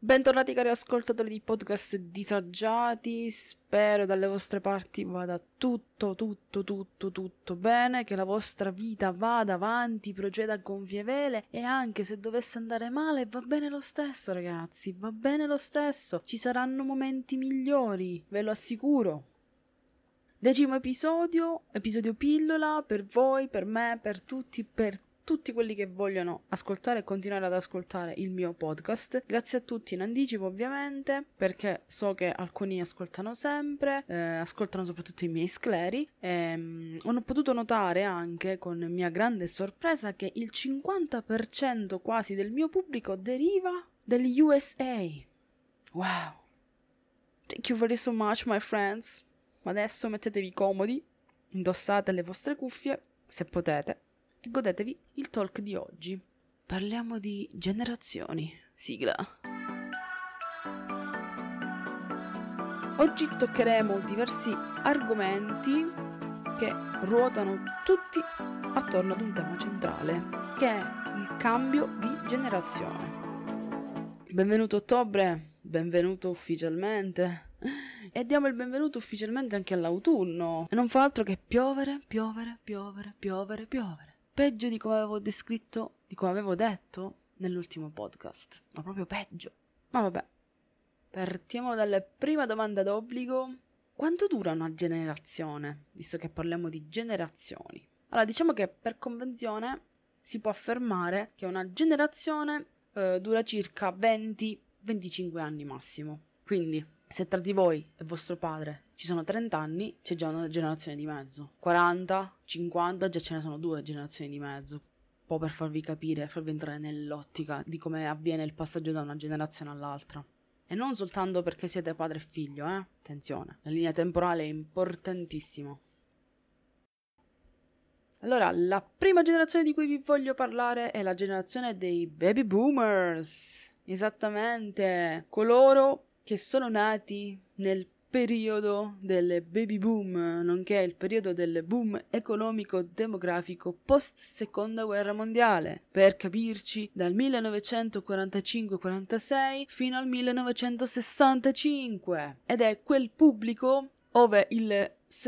Bentornati cari ascoltatori di podcast disagiati, spero dalle vostre parti vada tutto bene, che la vostra vita vada avanti, proceda a gonfie vele e anche se dovesse andare male va bene lo stesso ragazzi, va bene lo stesso, ci saranno momenti migliori, ve lo assicuro. 10° episodio pillola per voi, per me, per tutti quelli che vogliono ascoltare e continuare ad ascoltare il mio podcast. Grazie a tutti in anticipo ovviamente, perché so che alcuni ascoltano sempre, ascoltano soprattutto i miei scleri. Ho potuto notare anche con mia grande sorpresa che il 50% quasi del mio pubblico deriva dagli USA. Wow! Thank you very so much my friends. Adesso mettetevi comodi, indossate le vostre cuffie, se potete, e godetevi il talk di oggi. Parliamo di generazioni. Sigla. Oggi toccheremo diversi argomenti che ruotano tutti attorno ad un tema centrale, che è il cambio di generazione. Benvenuto ottobre, benvenuto ufficialmente. E diamo il benvenuto ufficialmente anche all'autunno. E non fa altro che piovere. Peggio di come avevo descritto, di come avevo detto nell'ultimo podcast. Ma proprio peggio. Ma vabbè. Partiamo dalla prima domanda d'obbligo. Quanto dura una generazione? Visto che parliamo di generazioni. Allora, diciamo che per convenzione si può affermare che una generazione dura circa 20-25 anni massimo. Quindi, se tra di voi e vostro padre ci sono 30 anni, c'è già una generazione di mezzo. 40, 50, già ce ne sono 2 generazioni di mezzo. Un po' per farvi capire, farvi entrare nell'ottica di come avviene il passaggio da una generazione all'altra. E non soltanto perché siete padre e figlio, Attenzione, la linea temporale è importantissima. Allora, la prima generazione di cui vi voglio parlare è la generazione dei baby boomers. Esattamente, coloro che sono nati nel periodo del baby boom, nonché il periodo del boom economico-demografico post-seconda guerra mondiale, per capirci dal 1945-46 fino al 1965, ed è quel pubblico ove il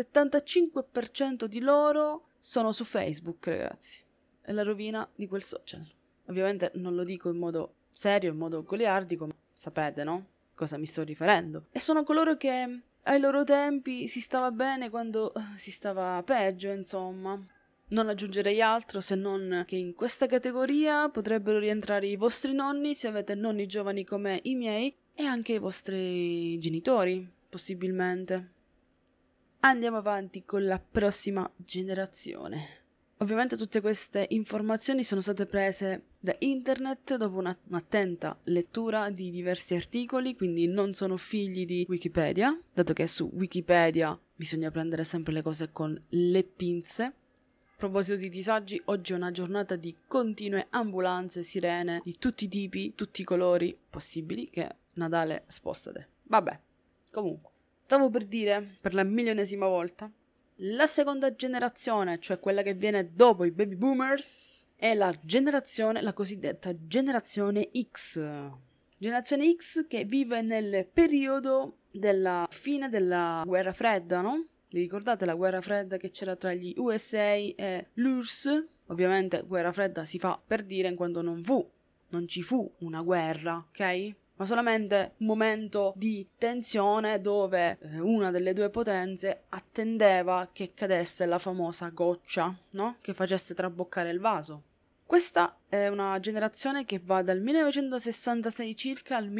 75% di loro sono su Facebook, ragazzi. È la rovina di quel social. Ovviamente non lo dico in modo serio, in modo goliardico, ma sapete, no? Cosa mi sto riferendo? E sono coloro che ai loro tempi si stava bene quando si stava peggio, insomma. Non aggiungerei altro se non che in questa categoria potrebbero rientrare i vostri nonni, se avete nonni giovani come i miei, e anche i vostri genitori, possibilmente. Andiamo avanti con la prossima generazione. Ovviamente tutte queste informazioni sono state prese da internet dopo un'attenta lettura di diversi articoli, quindi non sono figli di Wikipedia, dato che su Wikipedia bisogna prendere sempre le cose con le pinze. A proposito di disagi, oggi è una giornata di continue ambulanze, sirene di tutti i tipi, tutti i colori possibili, che Natale spostate. Vabbè, comunque. Stavo per dire, per la milionesima volta, la seconda generazione, cioè quella che viene dopo i baby boomers, è la cosiddetta generazione X. Generazione X che vive nel periodo della fine della guerra fredda, no? Vi ricordate la guerra fredda che c'era tra gli USA e l'URSS? Ovviamente guerra fredda si fa per dire in quanto non ci fu una guerra, ok? Ma solamente un momento di tensione dove una delle due potenze attendeva che cadesse la famosa goccia, no? Che facesse traboccare il vaso. Questa è una generazione che va dal 1966 circa al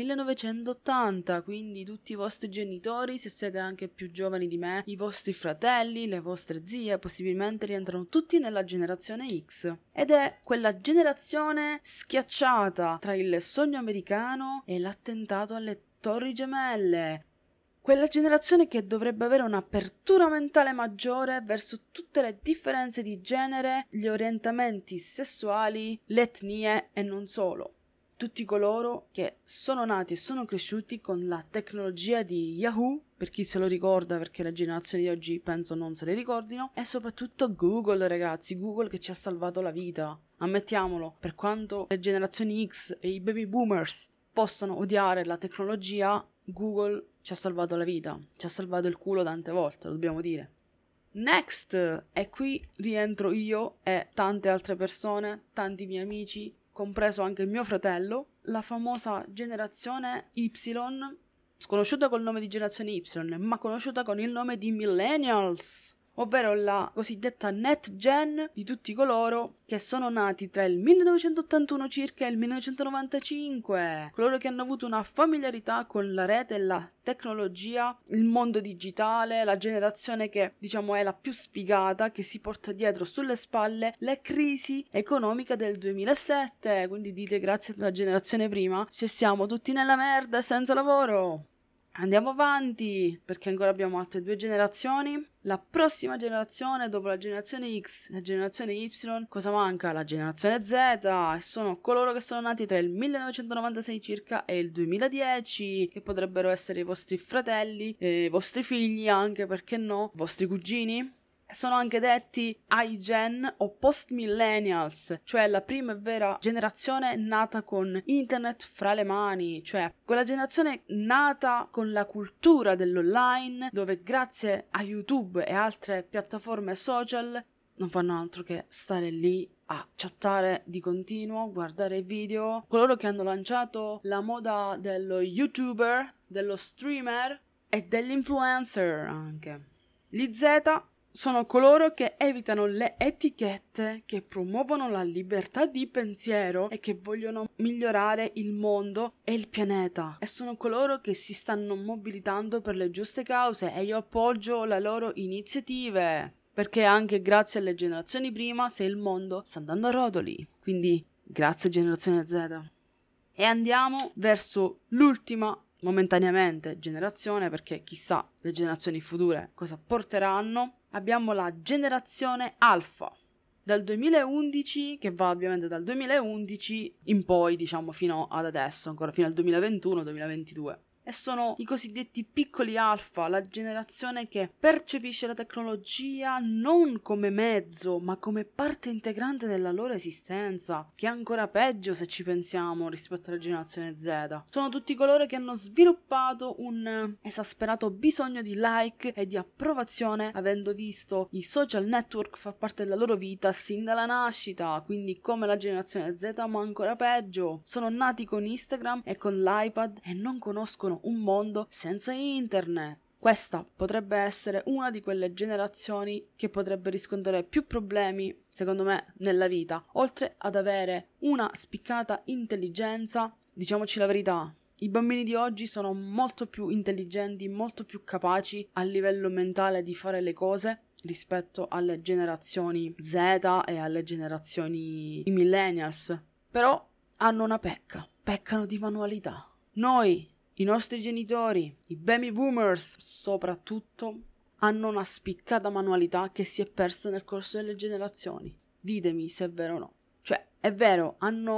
1980, quindi tutti i vostri genitori, se siete anche più giovani di me, i vostri fratelli, le vostre zie, possibilmente rientrano tutti nella generazione X. Ed è quella generazione schiacciata tra il sogno americano e l'attentato alle Torri Gemelle. Quella generazione che dovrebbe avere un'apertura mentale maggiore verso tutte le differenze di genere, gli orientamenti sessuali, le etnie e non solo. Tutti coloro che sono nati e sono cresciuti con la tecnologia di Yahoo, per chi se lo ricorda, perché le generazioni di oggi penso non se le ricordino, e soprattutto Google, ragazzi, Google che ci ha salvato la vita. Ammettiamolo, per quanto le generazioni X e i baby boomers possano odiare la tecnologia, Google ci ha salvato la vita, ci ha salvato il culo tante volte, lo dobbiamo dire. Next! E qui rientro io e tante altre persone, tanti miei amici, compreso anche il mio fratello, la famosa generazione Y, sconosciuta col nome di generazione Y, ma conosciuta con il nome di Millennials, ovvero la cosiddetta Net Gen di tutti coloro che sono nati tra il 1981 circa e il 1995, coloro che hanno avuto una familiarità con la rete e la tecnologia, il mondo digitale, la generazione che diciamo è la più sfigata, che si porta dietro sulle spalle le crisi economica del 2007, quindi dite grazie alla generazione prima se siamo tutti nella merda e senza lavoro. Andiamo avanti, perché ancora abbiamo altre 2 generazioni. La prossima generazione, dopo la generazione X e la generazione Y, cosa manca? La generazione Z, e sono coloro che sono nati tra il 1996 circa e il 2010, che potrebbero essere i vostri fratelli, i vostri figli anche, perché no, i vostri cugini. Sono anche detti iGen o post-millennials, cioè la prima e vera generazione nata con internet fra le mani, cioè quella generazione nata con la cultura dell'online, dove grazie a YouTube e altre piattaforme social non fanno altro che stare lì a chattare di continuo, guardare video. Coloro che hanno lanciato la moda dello YouTuber, dello streamer e dell'influencer anche. Gli Z sono coloro che evitano le etichette, che promuovono la libertà di pensiero e che vogliono migliorare il mondo e il pianeta. E sono coloro che si stanno mobilitando per le giuste cause e io appoggio le loro iniziative. Perché anche grazie alle generazioni prima se il mondo sta andando a rotoli. Quindi grazie generazione Z. E andiamo verso l'ultima momentaneamente generazione, perché chissà le generazioni future cosa porteranno. Abbiamo la generazione Alfa, dal 2011, che va ovviamente dal 2011 in poi, diciamo fino ad adesso, ancora fino al 2021-2022. E sono i cosiddetti piccoli alfa, la generazione che percepisce la tecnologia non come mezzo, ma come parte integrante della loro esistenza, che è ancora peggio se ci pensiamo rispetto alla generazione Z. Sono tutti coloro che hanno sviluppato un esasperato bisogno di like e di approvazione, avendo visto i social network far parte della loro vita sin dalla nascita, quindi come la generazione Z, ma ancora peggio. Sono nati con Instagram e con l'iPad e non conoscono un mondo senza internet. Questa potrebbe essere una di quelle generazioni che potrebbe riscontrare più problemi, secondo me, nella vita. Oltre ad avere una spiccata intelligenza, diciamoci la verità, i bambini di oggi sono molto più intelligenti, molto più capaci a livello mentale di fare le cose rispetto alle generazioni Z e alle generazioni millennials. Però hanno una pecca, peccano di manualità. Noi, i nostri genitori, i baby boomers soprattutto, hanno una spiccata manualità che si è persa nel corso delle generazioni. Ditemi se è vero o no. Cioè, è vero,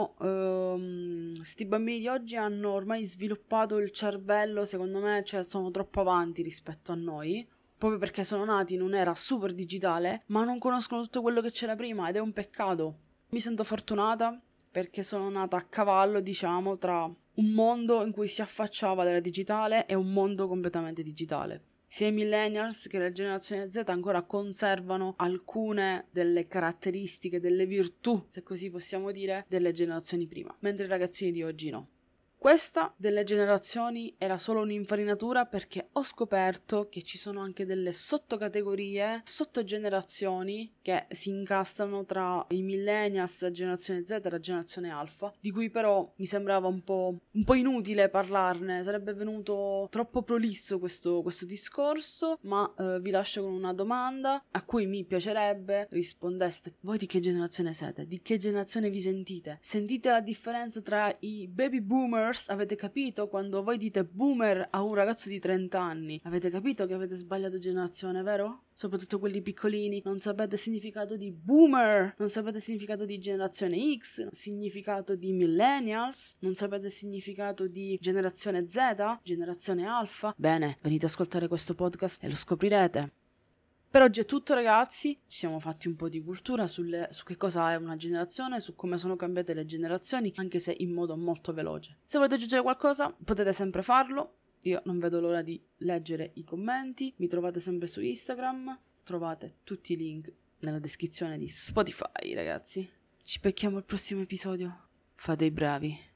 sti bambini di oggi hanno ormai sviluppato il cervello, secondo me, cioè sono troppo avanti rispetto a noi, proprio perché sono nati in un'era super digitale, ma non conoscono tutto quello che c'era prima ed è un peccato. Mi sento fortunata perché sono nata a cavallo, diciamo, tra un mondo in cui si affacciava della digitale e un mondo completamente digitale. Sia i millennials che la generazione Z ancora conservano alcune delle caratteristiche, delle virtù, se così possiamo dire, delle generazioni prima, mentre i ragazzini di oggi no. Questa delle generazioni era solo un'infarinatura perché ho scoperto che ci sono anche delle sottocategorie, sottogenerazioni che si incastrano tra i millennials, la generazione Z e la generazione Alpha, di cui però mi sembrava un po' inutile parlarne, sarebbe venuto troppo prolisso questo discorso, ma vi lascio con una domanda a cui mi piacerebbe rispondeste. Voi di che generazione siete? Di che generazione vi sentite? Sentite la differenza tra i baby boomers? Avete capito quando voi dite boomer a un ragazzo di 30 anni? Avete capito che avete sbagliato generazione, vero? Soprattutto quelli piccolini, non sapete il significato di boomer, non sapete il significato di generazione X, il significato di millennials, non sapete il significato di generazione Z, generazione alfa. Bene, venite ad ascoltare questo podcast e lo scoprirete. Per oggi è tutto, ragazzi, ci siamo fatti un po' di cultura su che cosa è una generazione, su come sono cambiate le generazioni, anche se in modo molto veloce. Se volete aggiungere qualcosa potete sempre farlo, io non vedo l'ora di leggere i commenti, mi trovate sempre su Instagram, trovate tutti i link nella descrizione di Spotify, ragazzi. Ci becchiamo al prossimo episodio, fate i bravi.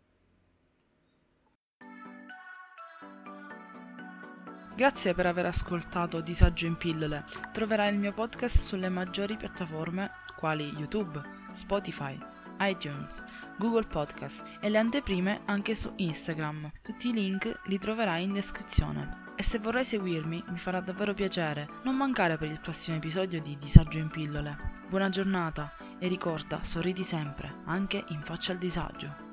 Grazie per aver ascoltato Disagio in pillole. Troverai il mio podcast sulle maggiori piattaforme quali YouTube, Spotify, iTunes, Google Podcast e le anteprime anche su Instagram. Tutti i link li troverai in descrizione. E se vorrai seguirmi mi farà davvero piacere non mancare per il prossimo episodio di Disagio in pillole. Buona giornata e ricorda, sorridi sempre, anche in faccia al disagio.